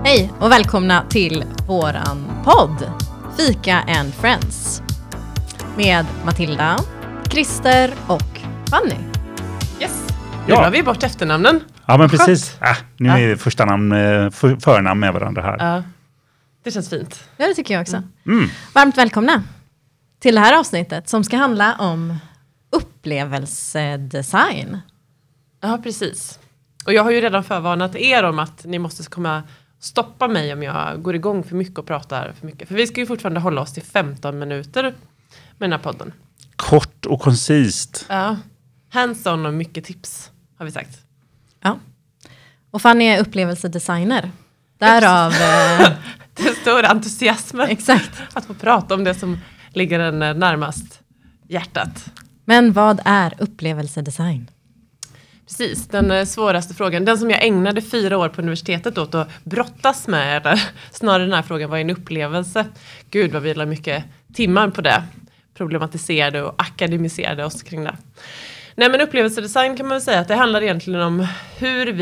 Hej och välkomna till våran podd Fika and Friends med Matilda, Christer och Fanny. Yes, nu har vi bort efternamnen. Ja, men precis. Nu är första namn, förnamn med varandra här. Ja, det känns fint. Ja, det tycker jag också. Varmt välkomna till det här avsnittet som ska handla om upplevelsedesign. Ja, precis. Och jag har ju redan förvarnat er om att ni måste komma stoppa mig om jag går igång för mycket och pratar för mycket. För vi ska ju fortfarande hålla oss till 15 minuter med den här podden. Kort och koncist. Ja, hands-on och mycket tips har vi sagt. Ja. Och Fanny är upplevelsedesigner. Därav... det står entusiasmen. Exakt. Att få prata om det som ligger en närmast hjärtat. Men vad är upplevelsedesign? Precis, den svåraste frågan. Den som jag ägnade 4 år på universitetet åt att brottas med. Eller snarare den här frågan, vad är en upplevelse? Gud vad vi la mycket timmar på det. Problematiserade och akademiserade oss kring det. Nej, men upplevelsedesign kan man väl säga att det handlar egentligen om hur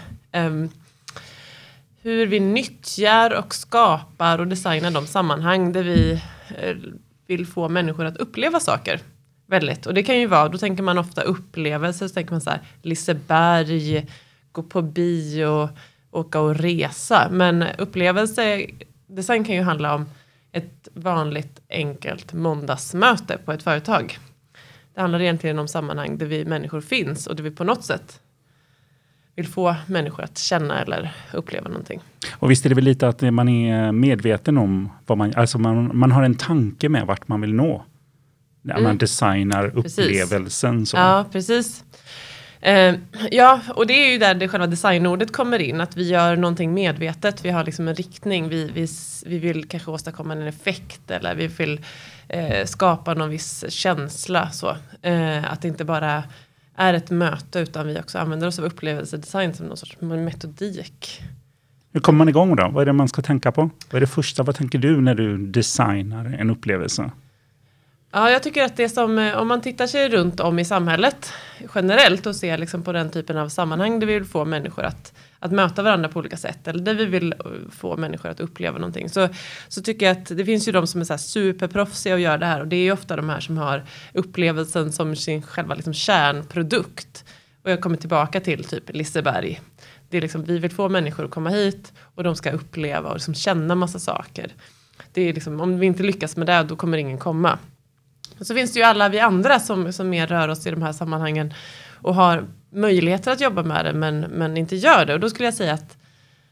vi nyttjar och skapar och designar de sammanhang där vi vill få människor att uppleva saker. Väldigt. Och det kan ju vara, då tänker man ofta upplevelser, så tänker man så här, Liseberg, gå på bio, åka och resa. Men upplevelsedesign kan ju handla om ett vanligt enkelt måndagsmöte på ett företag. Det handlar egentligen om sammanhang där vi människor finns och där vi på något sätt vill få människor att känna eller uppleva någonting. Och visst är det väl lite att man är medveten om vad man har en tanke med vart man vill nå. När man designar upplevelsen. Så. Ja, precis. Och det är ju där det själva designordet kommer in. Att vi gör någonting medvetet. Vi har liksom en riktning. Vi vill kanske åstadkomma en effekt. Eller vi vill skapa någon viss känsla. Så. Att det inte bara är ett möte. Utan vi också använder oss av upplevelsedesign som någon sorts metodik. Hur kommer man igång då? Vad är det man ska tänka på? Vad är det första? Vad tänker du när du designar en upplevelse? Ja, jag tycker att det som, om man tittar sig runt om i samhället generellt och ser liksom på den typen av sammanhang där vi vill få människor att möta varandra på olika sätt eller där vi vill få människor att uppleva någonting, så tycker jag att det finns ju de som är så här superproffsiga och gör det här, och det är ju ofta de här som har upplevelsen som sin själva liksom kärnprodukt. Och jag kommer tillbaka till typ Liseberg. Det är liksom, vi vill få människor att komma hit och de ska uppleva och liksom känna massa saker. Det är liksom, om vi inte lyckas med det, då kommer ingen komma. Och så finns det ju alla vi andra som mer rör oss i de här sammanhangen och har möjligheter att jobba med det men inte gör det. Och då skulle jag säga att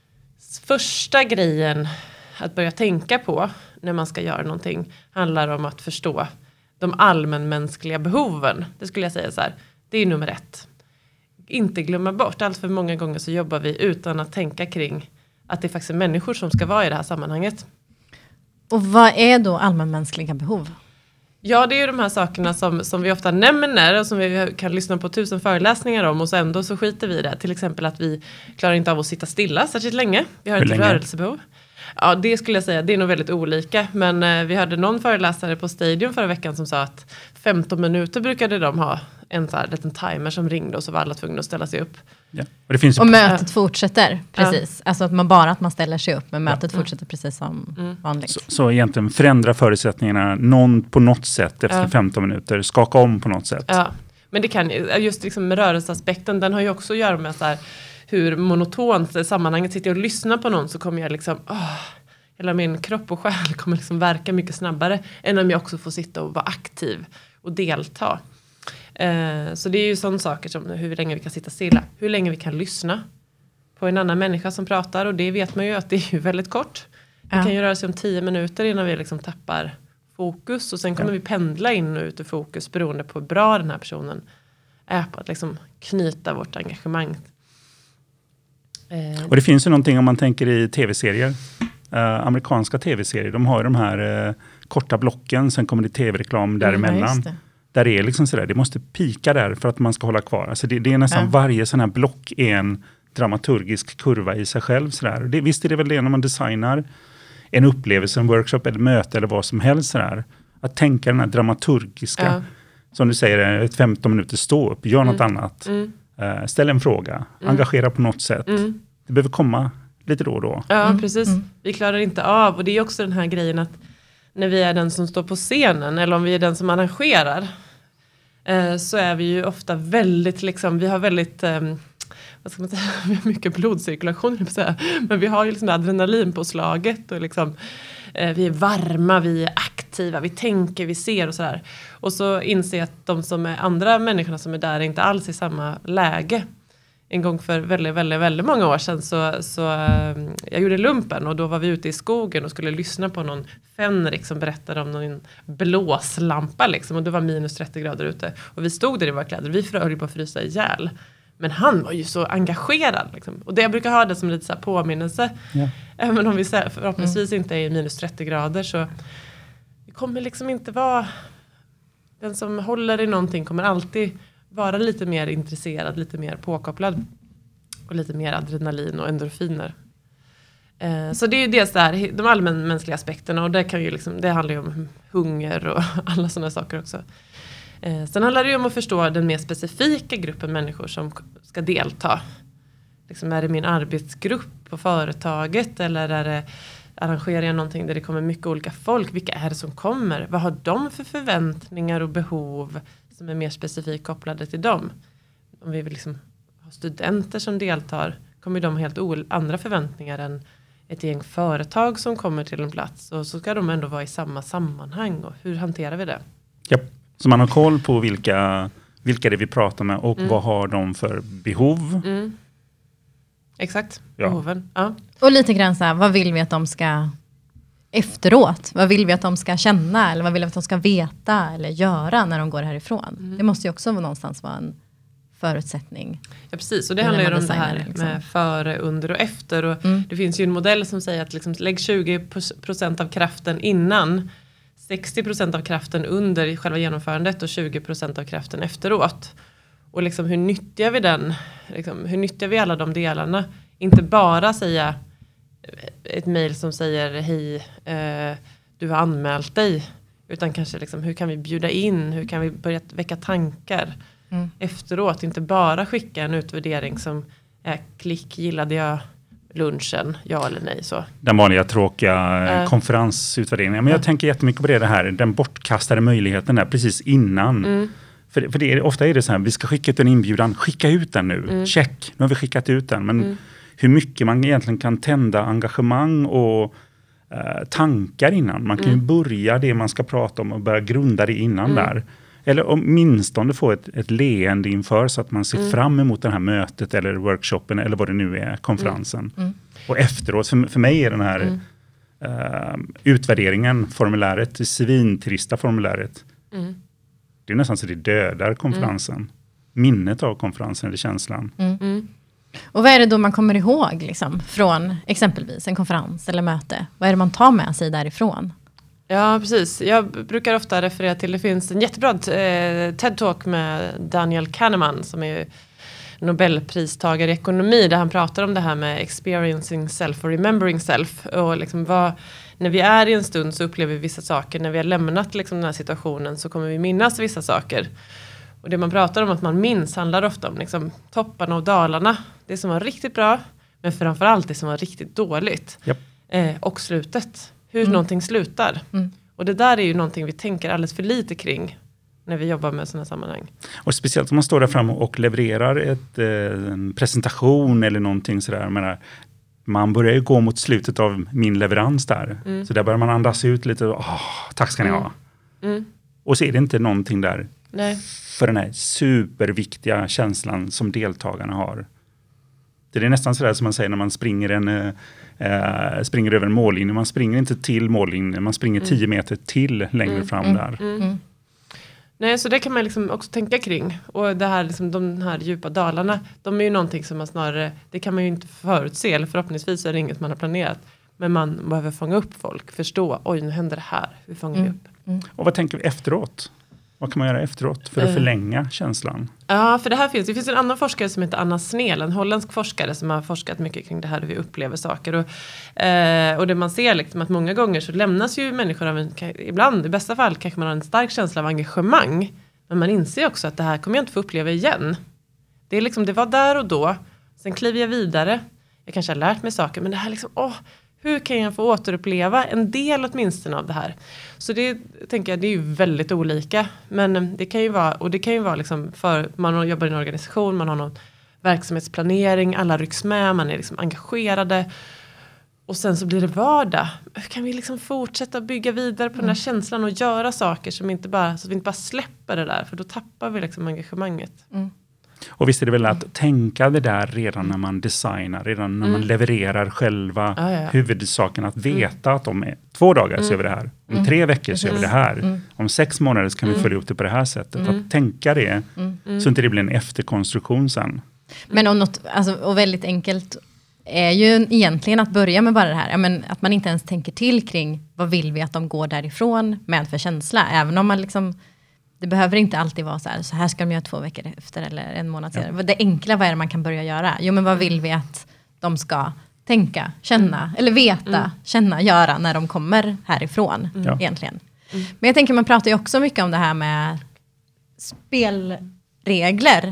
första grejen att börja tänka på när man ska göra någonting handlar om att förstå de allmänmänskliga behoven. Det skulle jag säga så här, det är nummer 1. Inte glömma bort, allt för många gånger så jobbar vi utan att tänka kring att det faktiskt är människor som ska vara i det här sammanhanget. Och vad är då allmänmänskliga behov? Ja, det är ju de här sakerna som vi ofta nämner och som vi kan lyssna på 1000 föreläsningar om, och så ändå så skiter vi i det. Till exempel att vi klarar inte av att sitta stilla särskilt länge. Vi har ett rörelsebehov. Ja, det skulle jag säga, det är nog väldigt olika. Men vi hade någon föreläsare på Stadium förra veckan som sa att 15 minuter brukade de ha en så här liten timer som ringde, och så var alla tvungna att ställa sig upp. Ja. Och mötet fortsätter, precis. Alltså att man ställer sig upp, men mötet fortsätter precis som vanligt. Så egentligen förändra förutsättningarna någon på något sätt efter 15 minuter. Skaka om på något sätt. Ja, men det kan just liksom med rörelseaspekten, den har ju också att göra med så här, hur monotont sammanhanget. Sitter jag och lyssnar på någon så kommer jag liksom... hela min kropp och själ kommer liksom verka mycket snabbare än om jag också får sitta och vara aktiv och delta. Så det är ju sådana saker som hur länge vi kan sitta stilla. Hur länge vi kan lyssna på en annan människa som pratar. Och det vet man ju att det är ju väldigt kort. Det kan ju röra sig om 10 minuter innan vi liksom tappar fokus. Och sen kommer vi pendla in och ut ur fokus beroende på hur bra den här personen är på att liksom knyta vårt engagemang. Och det finns ju någonting om man tänker i tv-serier. Amerikanska tv-serier, de har de här korta blocken, sen kommer det tv-reklam däremellan. Där det är liksom sådär, det måste pika där för att man ska hålla kvar. Alltså det är nästan varje sån här block är en dramaturgisk kurva i sig själv. Sådär. Visst är det väl det när man designar en upplevelse, en workshop eller möte eller vad som helst. Sådär. Att tänka den här dramaturgiska, som du säger, ett 15 minuter stå upp, gör något annat. Ställ en fråga, engagera på något sätt. Det behöver komma lite då och då. Ja, precis. Vi klarar inte av, och det är också den här grejen att när vi är den som står på scenen eller om vi är den som arrangerar, så är vi ju ofta väldigt liksom, vi har väldigt vad ska man säga, vi har mycket blodcirkulation, men vi har ju liksom adrenalin på slaget och liksom, vi är varma, vi är aktiva, vi tänker, vi ser och sådär. Och så inser jag att de som är andra människorna som är där är inte alls i samma läge. En gång för väldigt, väldigt, väldigt många år sedan så jag gjorde lumpen, och då var vi ute i skogen och skulle lyssna på någon fänrik som berättade om någon blåslampa liksom, och det var minus 30 grader ute. Och vi stod där i våra kläder, vi höll på att frysa ihjäl. Men han var ju så engagerad liksom. Och det jag brukar ha det som lite så här påminnelse. Ja. Även om vi förhoppningsvis inte är i minus 30 grader, så det kommer liksom inte vara, den som håller i någonting kommer alltid vara lite mer intresserad, lite mer påkopplad och lite mer adrenalin och endorfiner. Så det är ju dels där, de allmänmänskliga aspekterna, och det kan ju liksom, det handlar ju om hunger och alla sådana saker också. Sen handlar det ju om att förstå den mer specifika gruppen människor som ska delta. Liksom, är det min arbetsgrupp på företaget, eller är det, arrangerar jag någonting där det kommer mycket olika folk? Vilka är det som kommer? Vad har de för förväntningar och behov som är mer specifikt kopplade till dem? Om vi vill liksom ha studenter som deltar, kommer de ha helt andra förväntningar än ett gäng företag som kommer till en plats. Och så ska de ändå vara i samma sammanhang. Och hur hanterar vi det? Ja, så man har koll på vilka det vi pratar med och vad har de för behov. Exakt, behoven. Ja. Och lite grann så här, vad vill vi att de ska efteråt? Vad vill vi att de ska känna? Eller vad vill vi att de ska veta eller göra när de går härifrån? Det måste ju också någonstans vara en förutsättning. Ja, precis. Och det handlar ju om det här liksom, med före, under och efter. Och det finns ju en modell som säger att liksom, lägg 20% av kraften innan, 60% av kraften under själva genomförandet och 20% av kraften efteråt. Och liksom, hur nyttjar vi den? Liksom, hur nyttjar vi alla de delarna? Inte bara säga ett mejl som säger hej, du har anmält dig. Utan kanske liksom, hur kan vi bjuda in? Hur kan vi börja väcka tankar efteråt? Inte bara skicka en utvärdering som är klick, gillade jag lunchen, ja eller nej. Så. Den vanliga tråkiga konferensutvärderingen. Men jag tänker jättemycket på det här. Den bortkastade möjligheten där precis innan. För det är, ofta är det så här, vi ska skicka ut en inbjudan. Skicka ut den nu. Check, nu har vi skickat ut den. Men hur mycket man egentligen kan tända engagemang och tankar innan. Man kan ju börja det man ska prata om och börja grunda det innan där. Eller åtminstone få ett leende inför så att man ser fram emot det här mötet eller workshopen eller vad det nu är, konferensen. Och efteråt, för mig är den här utvärderingen, formuläret, det svintrista formuläret, det är nästan så det dödar konferensen. Minnet av konferensen eller känslan. Och vad är det då man kommer ihåg liksom, från exempelvis en konferens eller möte? Vad är det man tar med sig därifrån? Ja, precis. Jag brukar ofta referera till, det finns en jättebra TED-talk med Daniel Kahneman som är Nobelpristagare i ekonomi, där han pratar om det här med experiencing self och remembering self. Och liksom när vi är i en stund så upplever vi vissa saker. När vi har lämnat liksom den här situationen så kommer vi minnas vissa saker. Och det man pratar om att man minns handlar ofta om liksom topparna och dalarna. Det som var riktigt bra, men framförallt det som var riktigt dåligt. Yep. Och slutet. Hur någonting slutar. Och det där är ju någonting vi tänker alldeles för lite kring när vi jobbar med sådana sammanhang. Och speciellt om man står där fram och levererar en presentation eller någonting sådär. Man börjar ju gå mot slutet av min leverans där. Så där börjar man andas ut lite. Tack ska ni ha. Och så är det inte någonting där. Nej. För den här superviktiga känslan som deltagarna har. Det är nästan sådär som man säger när man springer springer över en mållinje. Man springer inte till mållinjen, man springer 10 meter till längre fram där. Nej, så det kan man liksom också tänka kring. Och det här, liksom, de här djupa dalarna, de är ju någonting som man snarare, det kan man ju inte förutse, eller förhoppningsvis är det inget man har planerat. Men man behöver fånga upp folk, förstå, oj nu händer det här, hur fångar vi upp? Och vad tänker vi efteråt? Vad kan man göra efteråt för att förlänga känslan? Ja, för det finns en annan forskare som heter Anna Snell, en holländsk forskare som har forskat mycket kring det här hur vi upplever saker. Och det man ser liksom att många gånger så lämnas ju människor av ibland, i bästa fall kanske man har en stark känsla av engagemang. Men man inser också att det här kommer jag inte få uppleva igen. Det är liksom, det var där och då, sen kliver jag vidare. jag kanske har lärt mig saker, men det här liksom, hur kan jag få återuppleva en del åtminstone av det här? Så det tänker jag, det är ju väldigt olika. Men det kan ju vara liksom för man jobbar i en organisation, man har någon verksamhetsplanering, alla rycks med, man är liksom engagerade. Och sen så blir det vardag. Hur kan vi liksom fortsätta bygga vidare på den här känslan och göra saker så att vi inte bara släpper det där, för då tappar vi liksom engagemanget. Och visst är det väl att tänka det där redan när man designar, redan när man levererar själva huvudsaken, att veta att om 2 dagar så gör vi det här. Om 3 veckor så gör vi det här. Om 6 månader så kan vi följa upp det på det här sättet. Att tänka det så inte det blir en efterkonstruktion sen. Men och väldigt enkelt är ju egentligen att börja med bara det här. Men att man inte ens tänker till kring vad vill vi att de går därifrån med för känsla. Även om man liksom, det behöver inte alltid vara så här ska de göra 2 veckor efter eller 1 månad senare. Det enkla, vad är det man kan börja göra? Jo, men vad vill vi att de ska tänka, känna eller veta, känna, göra när de kommer härifrån egentligen. Men jag tänker, man pratar ju också mycket om det här med spelregler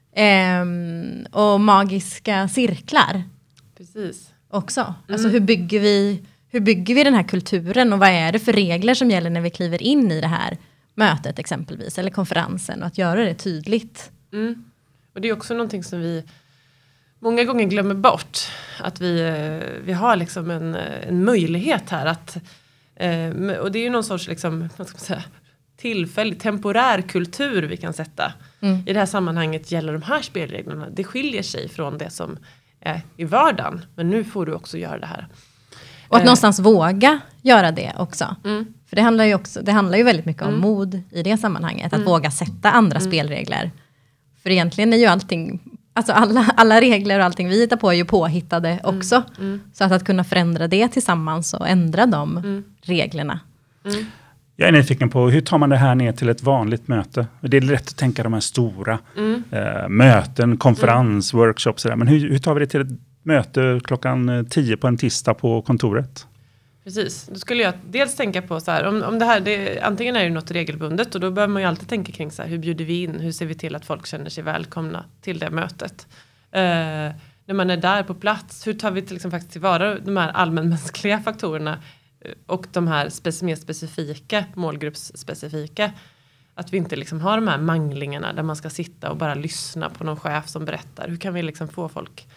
och magiska cirklar. Precis. Också. Alltså hur bygger vi den här kulturen och vad är det för regler som gäller när vi kliver in i det här mötet exempelvis, eller konferensen, och att göra det tydligt. Och det är också någonting som vi många gånger glömmer bort, att vi har liksom en möjlighet här att och det är ju någon sorts liksom, vad ska man säga, tillfällig, temporär kultur vi kan sätta. I det här sammanhanget gäller de här spelreglerna. Det skiljer sig från det som är i vardagen, men nu får du också göra det här. Och att någonstans våga göra det också. För det handlar ju väldigt mycket om mod i det sammanhanget. Att våga sätta andra spelregler. För egentligen är ju allting, alltså alla regler och allting vi hittar på är ju påhittade också. Så att kunna förändra det tillsammans och ändra de reglerna. Jag är nyfiken på, hur tar man det här ner till ett vanligt möte? Det är lätt att tänka de här stora möten, konferens, workshops. Men hur tar vi det till ett möte klockan 10 på en tisdag på kontoret? Precis, då skulle jag dels tänka på så här, om det här, antingen är det något regelbundet, och då behöver man ju alltid tänka kring så här, hur bjuder vi in, hur ser vi till att folk känner sig välkomna till det mötet. När man är där på plats, hur tar vi till exempel faktiskt tillvara de här allmänmänskliga faktorerna och de här mer specifika, målgruppsspecifika. Att vi inte liksom har de här manglingarna där man ska sitta och bara lyssna på någon chef som berättar. Hur kan vi liksom få folk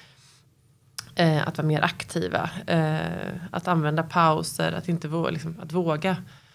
att vara mer aktiva, att använda pauser, att inte att våga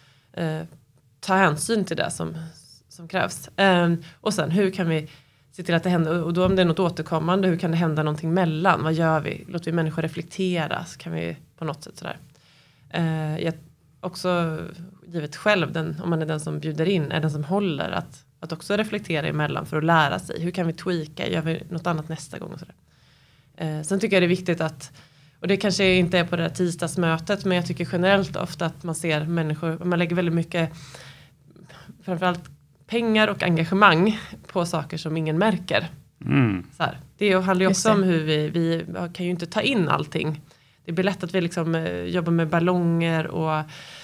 ta hänsyn till det som krävs. Och sen hur kan vi se till att det händer, och då om det är något återkommande, hur kan det hända någonting mellan? Vad gör vi? Låter vi människor reflektera? Så kan vi på något sätt sådär. Jag också givet själv, om man är den som bjuder in, är den som håller, att också reflektera emellan för att lära sig. Hur kan vi tweaka? Gör vi något annat nästa gång? Och sådär. Sen tycker jag det är viktigt att, och det kanske inte är på det här tisdagsmötet, men jag tycker generellt ofta att man ser människor, man lägger väldigt mycket, framförallt pengar och engagemang på saker som ingen märker. Så här. Det handlar ju också om hur vi kan ju inte ta in allting. Det blir lätt att vi liksom jobbar med ballonger och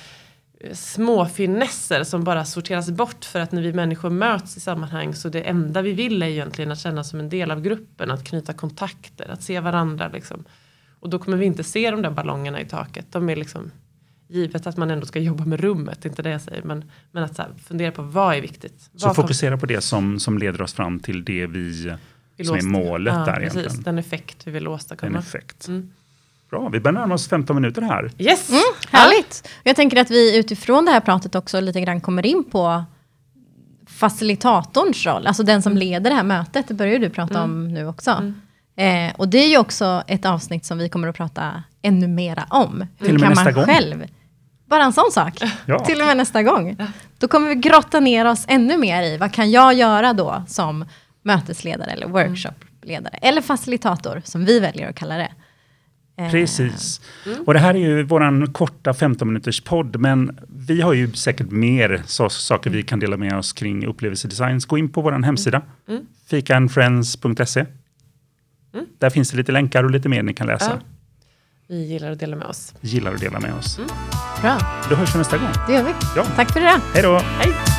små finesser som bara sorteras bort, för att när vi människor möts i sammanhang, så det enda vi vill är egentligen att känna som en del av gruppen, att knyta kontakter, att se varandra liksom. Och då kommer vi inte se de där ballongerna i taket. De är liksom, givet att man ändå ska jobba med rummet, inte det jag säger, men att så här, fundera på vad är viktigt. Så fokusera på det som leder oss fram till det som är målet där precis, egentligen. Den effekt vi vill åstadkomma. En effekt. Bra, vi börjar närma oss 15 minuter här. Yes! Härligt! Jag tänker att vi utifrån det här pratet också lite grann kommer in på facilitatorns roll. Alltså den som leder det här mötet. Det börjar du prata om nu också. Och det är ju också ett avsnitt som vi kommer att prata ännu mera om. Hur kan man själv... Bara en sån sak. Ja. Till och med nästa gång. Då kommer vi grotta ner oss ännu mer i vad kan jag göra då som mötesledare eller workshopledare. Eller facilitator som vi väljer att kalla det. Precis. Och det här är ju våran korta 15 minuters podd, men vi har ju säkert mer saker vi kan dela med oss kring upplevelsedesign. Gå in på våran hemsida, fikaandfriends.se. Där finns det lite länkar och lite mer ni kan läsa. Ja. Vi gillar att dela med oss. Gillar att dela med oss. Bra. Då hörs vi nästa gång. Det gör vi. Ja. Tack för det. Hej då. Hej.